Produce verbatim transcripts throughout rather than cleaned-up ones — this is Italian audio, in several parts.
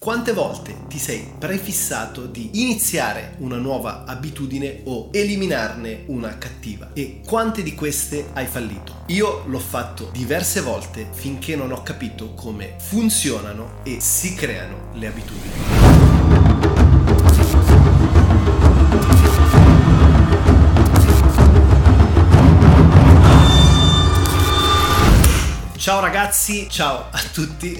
Quante volte ti sei prefissato di iniziare una nuova abitudine o eliminarne una cattiva? E quante di queste hai fallito? Io l'ho fatto diverse volte finché non ho capito come funzionano e si creano le abitudini. Ciao ragazzi, ciao a tutti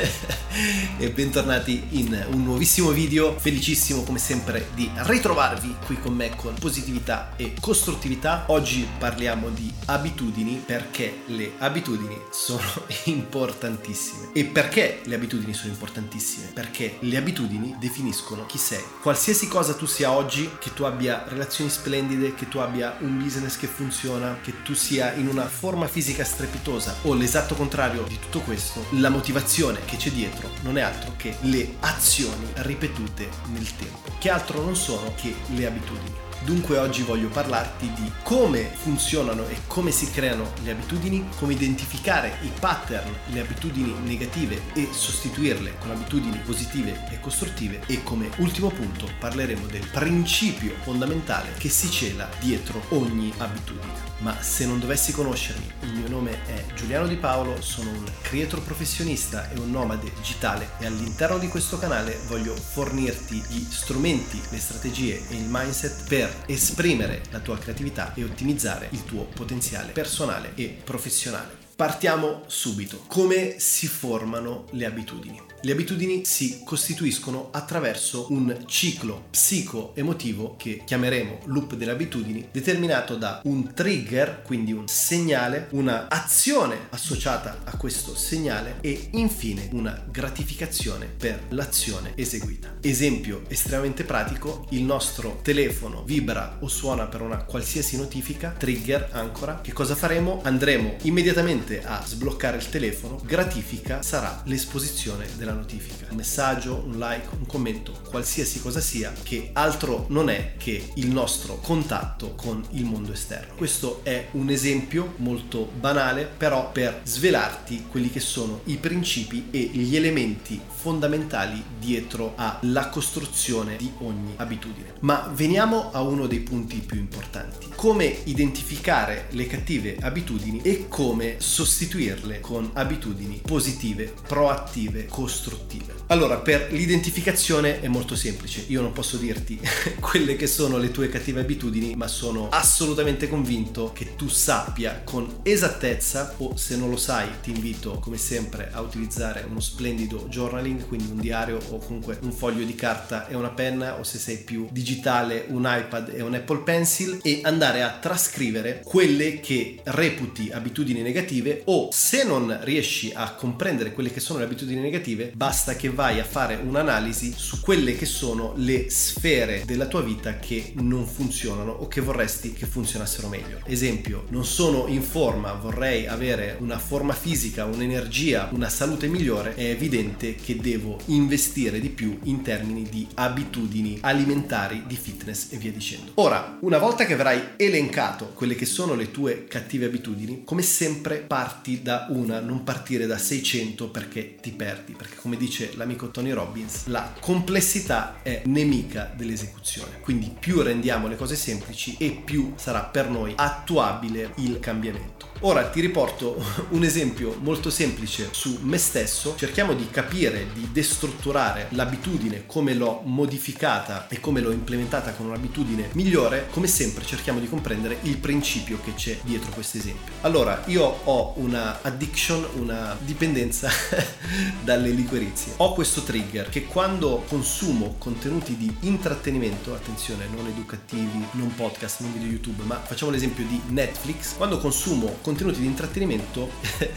e bentornati in un nuovissimo video. Felicissimo come sempre di ritrovarvi qui con me con positività e costruttività. Oggi parliamo di abitudini perché le abitudini sono importantissime. E perché le abitudini sono importantissime? Perché le abitudini definiscono chi sei. Qualsiasi cosa tu sia oggi, che tu abbia relazioni splendide, che tu abbia un business che funziona, che tu sia in una forma fisica strepitosa o l'esatto contrario di tutto questo, la motivazione che c'è dietro non è altro che le azioni ripetute nel tempo, che altro non sono che le abitudini. Dunque oggi voglio parlarti di come funzionano e come si creano le abitudini, come identificare i pattern, le abitudini negative e sostituirle con abitudini positive e costruttive, e come ultimo punto parleremo del principio fondamentale che si cela dietro ogni abitudine. Ma se non dovessi conoscermi, il mio nome è Giuliano Di Paolo, sono un creator professionista e un nomade digitale e all'interno di questo canale voglio fornirti gli strumenti, le strategie e il mindset per esprimere la tua creatività e ottimizzare il tuo potenziale personale e professionale. Partiamo subito. Come si formano le abitudini? Le abitudini si costituiscono attraverso un ciclo psico-emotivo che chiameremo loop delle abitudini, determinato da un trigger, quindi un segnale, una azione associata a questo segnale e infine una gratificazione per l'azione eseguita. Esempio estremamente pratico: il nostro telefono vibra o suona per una qualsiasi notifica, trigger, ancora. Che cosa faremo? Andremo immediatamente a sbloccare il telefono. Gratifica sarà l'esposizione della notifica, un messaggio, un like, un commento, qualsiasi cosa sia, che altro non è che il nostro contatto con il mondo esterno. Questo è un esempio molto banale, però per svelarti quelli che sono i principi e gli elementi fondamentali dietro alla costruzione di ogni abitudine. Ma veniamo a uno dei punti più importanti: come identificare le cattive abitudini e come sostituirle con abitudini positive, proattive, costruttive. Allora, per l'identificazione è molto semplice. Io non posso dirti quelle che sono le tue cattive abitudini, ma sono assolutamente convinto che tu sappia con esattezza, o se non lo sai ti invito come sempre a utilizzare uno splendido journaling, quindi un diario o comunque un foglio di carta e una penna, o se sei più digitale un iPad e un Apple Pencil, e andare a trascrivere quelle che reputi abitudini negative, o se non riesci a comprendere quelle che sono le abitudini negative, basta che vai a fare un'analisi su quelle che sono le sfere della tua vita che non funzionano o che vorresti che funzionassero meglio. Esempio: non sono in forma, vorrei avere una forma fisica, un'energia, una salute migliore. È evidente che devo investire di più in termini di abitudini alimentari, di fitness e via dicendo. Ora, una volta che avrai elencato quelle che sono le tue cattive abitudini, come sempre parti da una, non partire da seicento perché ti perdi, perché come dice l'amico Tony Robbins, la complessità è nemica dell'esecuzione. Quindi più rendiamo le cose semplici e più sarà per noi attuabile il cambiamento. Ora ti riporto un esempio molto semplice su me stesso. Cerchiamo di capire, di destrutturare l'abitudine, come l'ho modificata e come l'ho implementata con un'abitudine migliore. Come sempre cerchiamo di comprendere il principio che c'è dietro questo esempio. Allora, io ho una addiction, una dipendenza dalle liquorizie. Ho questo trigger che quando consumo contenuti di intrattenimento, attenzione, non educativi, non podcast, non video YouTube, ma facciamo l'esempio di Netflix, quando consumo contenuti di intrattenimento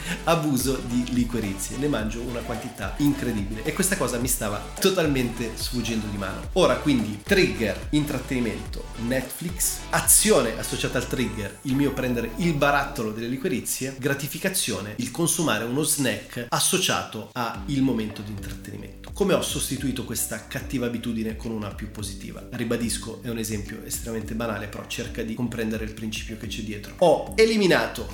abuso di liquorizie, ne mangio una quantità incredibile e questa cosa mi stava totalmente sfuggendo di mano. Ora quindi trigger, intrattenimento, Netflix, azione associata al trigger, il mio prendere il barattolo delle liquorizie, gratificazione, il consumare uno snack associato al momento di intrattenimento. Come ho sostituito questa cattiva abitudine con una più positiva? Ribadisco, è un esempio estremamente banale, però cerca di comprendere il principio che c'è dietro. Ho eliminato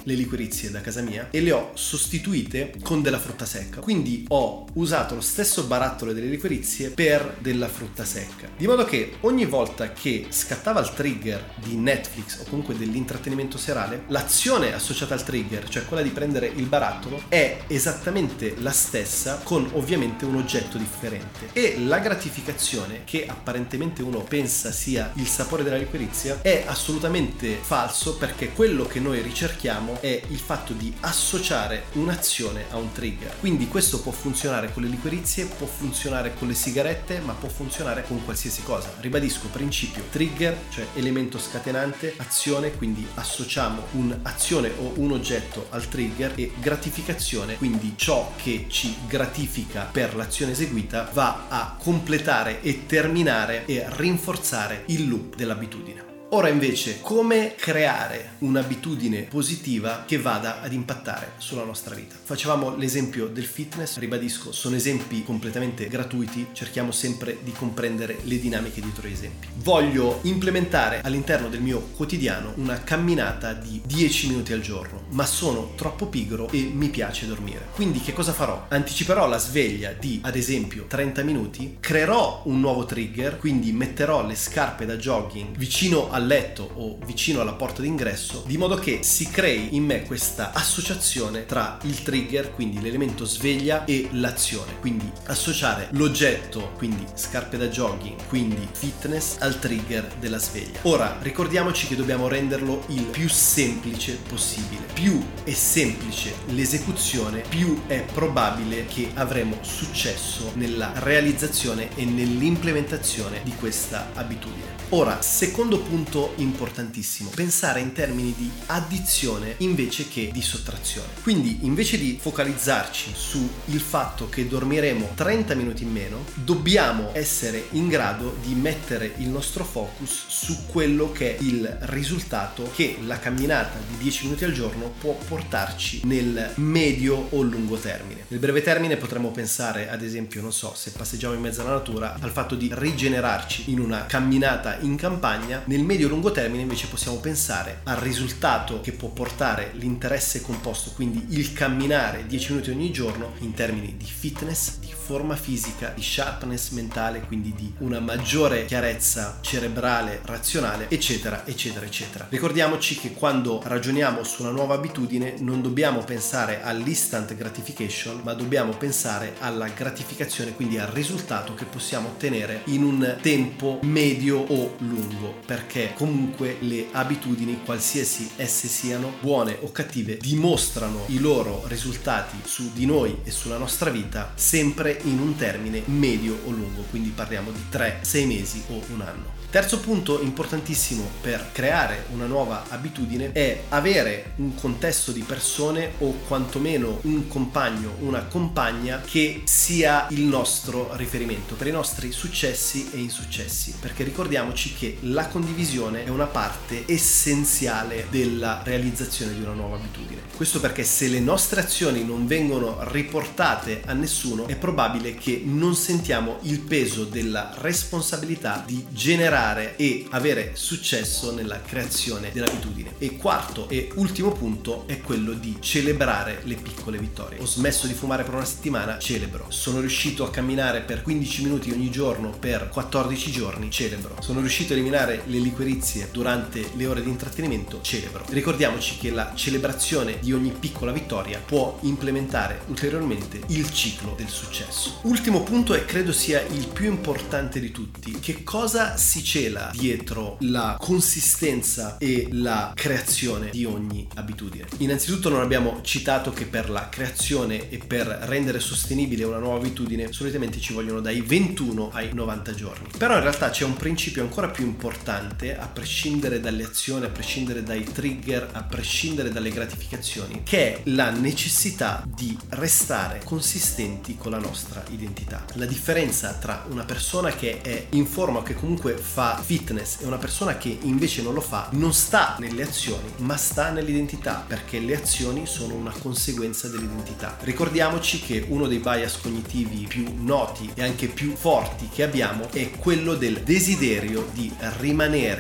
le liquirizie da casa mia e le ho sostituite con della frutta secca. Quindi ho usato lo stesso barattolo delle liquirizie per della frutta secca, di modo che ogni volta che scattava il trigger di Netflix o comunque dell'intrattenimento serale, l'azione associata al trigger, cioè quella di prendere il barattolo, è esattamente la stessa con ovviamente un oggetto differente, e la gratificazione, che apparentemente uno pensa sia il sapore della liquirizia, è assolutamente falso, perché quello che noi ricerchiamo è il fatto di associare un'azione a un trigger. Quindi questo può funzionare con le liquirizie, può funzionare con le sigarette, ma può funzionare con qualsiasi cosa. Ribadisco: principio trigger, cioè elemento scatenante, azione, quindi associamo un'azione o un oggetto al trigger, e gratificazione, quindi ciò che ci gratifica per l'azione eseguita va a completare e terminare e rinforzare il loop dell'abitudine. Ora invece, come creare un'abitudine positiva che vada ad impattare sulla nostra vita? Facevamo l'esempio del fitness, ribadisco, sono esempi completamente gratuiti, cerchiamo sempre di comprendere le dinamiche dietro gli esempi. Voglio implementare all'interno del mio quotidiano una camminata di dieci minuti al giorno, ma sono troppo pigro e mi piace dormire. Quindi che cosa farò? Anticiperò la sveglia di, ad esempio, trenta minuti, creerò un nuovo trigger, quindi metterò le scarpe da jogging vicino al letto o vicino alla porta d'ingresso, di modo che si crei in me questa associazione tra il trigger, quindi l'elemento sveglia, e l'azione, quindi associare l'oggetto, quindi scarpe da jogging, quindi fitness, al trigger della sveglia. Ora ricordiamoci che dobbiamo renderlo il più semplice possibile. Più è semplice l'esecuzione, più è probabile che avremo successo nella realizzazione e nell'implementazione di questa abitudine. Ora, secondo punto importantissimo: pensare in termini di addizione invece che di sottrazione. Quindi, invece di focalizzarci su il fatto che dormiremo trenta minuti in meno, dobbiamo essere in grado di mettere il nostro focus su quello che è il risultato che la camminata di dieci minuti al giorno può portarci nel medio o lungo termine. Nel breve termine potremmo pensare, ad esempio, non so, se passeggiamo in mezzo alla natura, al fatto di rigenerarci in una camminata in campagna. Nel medio-lungo termine invece possiamo pensare al risultato che può portare l'interesse composto, quindi il camminare dieci minuti ogni giorno, in termini di fitness, di forma fisica, di sharpness mentale, quindi di una maggiore chiarezza cerebrale, razionale, eccetera, eccetera, eccetera. Ricordiamoci che quando ragioniamo su una nuova abitudine non dobbiamo pensare all'instant gratification, ma dobbiamo pensare alla gratificazione, quindi al risultato che possiamo ottenere in un tempo medio o lungo, perché comunque le abitudini, qualsiasi esse siano, buone o cattive, dimostrano i loro risultati su di noi e sulla nostra vita sempre in un termine medio o lungo, quindi parliamo di tre sei mesi o un anno. Terzo punto importantissimo per creare una nuova abitudine è avere un contesto di persone, o quantomeno un compagno, una compagna, che sia il nostro riferimento per i nostri successi e insuccessi, perché ricordiamoci che la condivisione è una parte essenziale della realizzazione di una nuova abitudine. Questo perché se le nostre azioni non vengono riportate a nessuno, è probabile che non sentiamo il peso della responsabilità di generare e avere successo nella creazione dell'abitudine. E quarto e ultimo punto è quello di celebrare le piccole vittorie. Ho smesso di fumare per una settimana, celebro. Sono riuscito a camminare per quindici minuti ogni giorno per quattordici giorni, celebro. Sono riuscito a eliminare le liquirizie durante le ore di intrattenimento, celebro. Ricordiamoci che la celebrazione di ogni piccola vittoria può implementare ulteriormente il ciclo del successo. Ultimo punto, e credo sia il più importante di tutti: che cosa si cela dietro la consistenza e la creazione di ogni abitudine? Innanzitutto non abbiamo citato che per la creazione e per rendere sostenibile una nuova abitudine solitamente ci vogliono dai ventuno ai novanta giorni. Però in realtà c'è un principio ancora più importante, a prescindere dalle azioni, a prescindere dai trigger, a prescindere dalle gratificazioni, che è la necessità di restare consistenti con la nostra identità. La differenza tra una persona che è in forma o che comunque fa fitness e una persona che invece non lo fa non sta nelle azioni, ma sta nell'identità, perché le azioni sono una conseguenza dell'identità. Ricordiamoci che uno dei bias cognitivi più noti e anche più forti che abbiamo è quello del desiderio di rimanere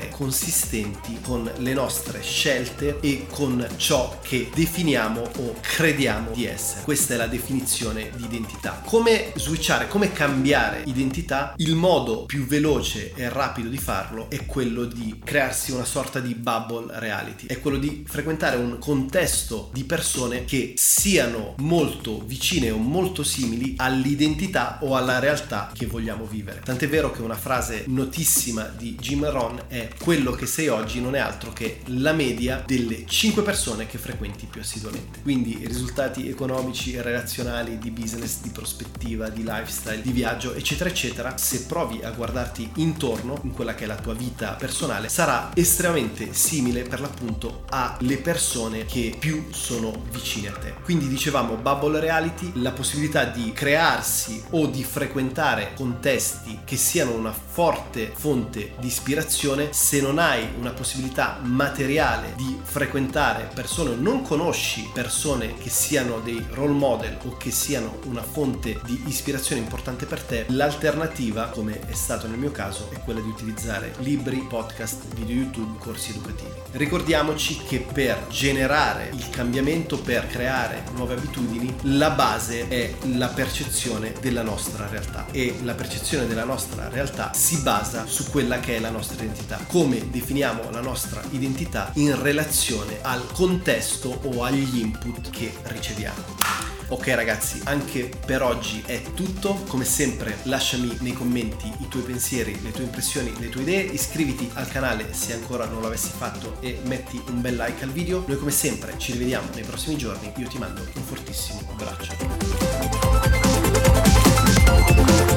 essere consistenti con le nostre scelte e con ciò che definiamo o crediamo di essere. Questa è la definizione di identità. Come switchare, come cambiare identità? Il modo più veloce e rapido di farlo è quello di crearsi una sorta di bubble reality, è quello di frequentare un contesto di persone che siano molto vicine o molto simili all'identità o alla realtà che vogliamo vivere. Tant'è vero che una frase notissima di Jim Rohn è: quello che sei oggi non è altro che la media delle cinque persone che frequenti più assiduamente. Quindi i risultati economici e relazionali, di business, di prospettiva, di lifestyle, di viaggio, eccetera eccetera, se provi a guardarti intorno in quella che è la tua vita personale, sarà estremamente simile per l'appunto alle persone che più sono vicine a te. Quindi dicevamo bubble reality, la possibilità di crearsi o di frequentare contesti che siano una forte fonte di ispirazione. Se non hai una possibilità materiale di frequentare persone o non conosci persone che siano dei role model o che siano una fonte di ispirazione importante per te, l'alternativa, come è stato nel mio caso, è quella di utilizzare libri, podcast, video YouTube, corsi educativi. Ricordiamoci che per generare il cambiamento, per creare nuove abitudini, la base è la percezione della nostra realtà, e la percezione della nostra realtà si basa su quella che è la nostra identità. Come definiamo la nostra identità in relazione al contesto o agli input che riceviamo. Ok ragazzi, anche per oggi è tutto. Come sempre lasciami nei commenti i tuoi pensieri, le tue impressioni, le tue idee. Iscriviti al canale se ancora non l'avessi fatto e metti un bel like al video. Noi come sempre ci rivediamo nei prossimi giorni. Io ti mando un fortissimo abbraccio.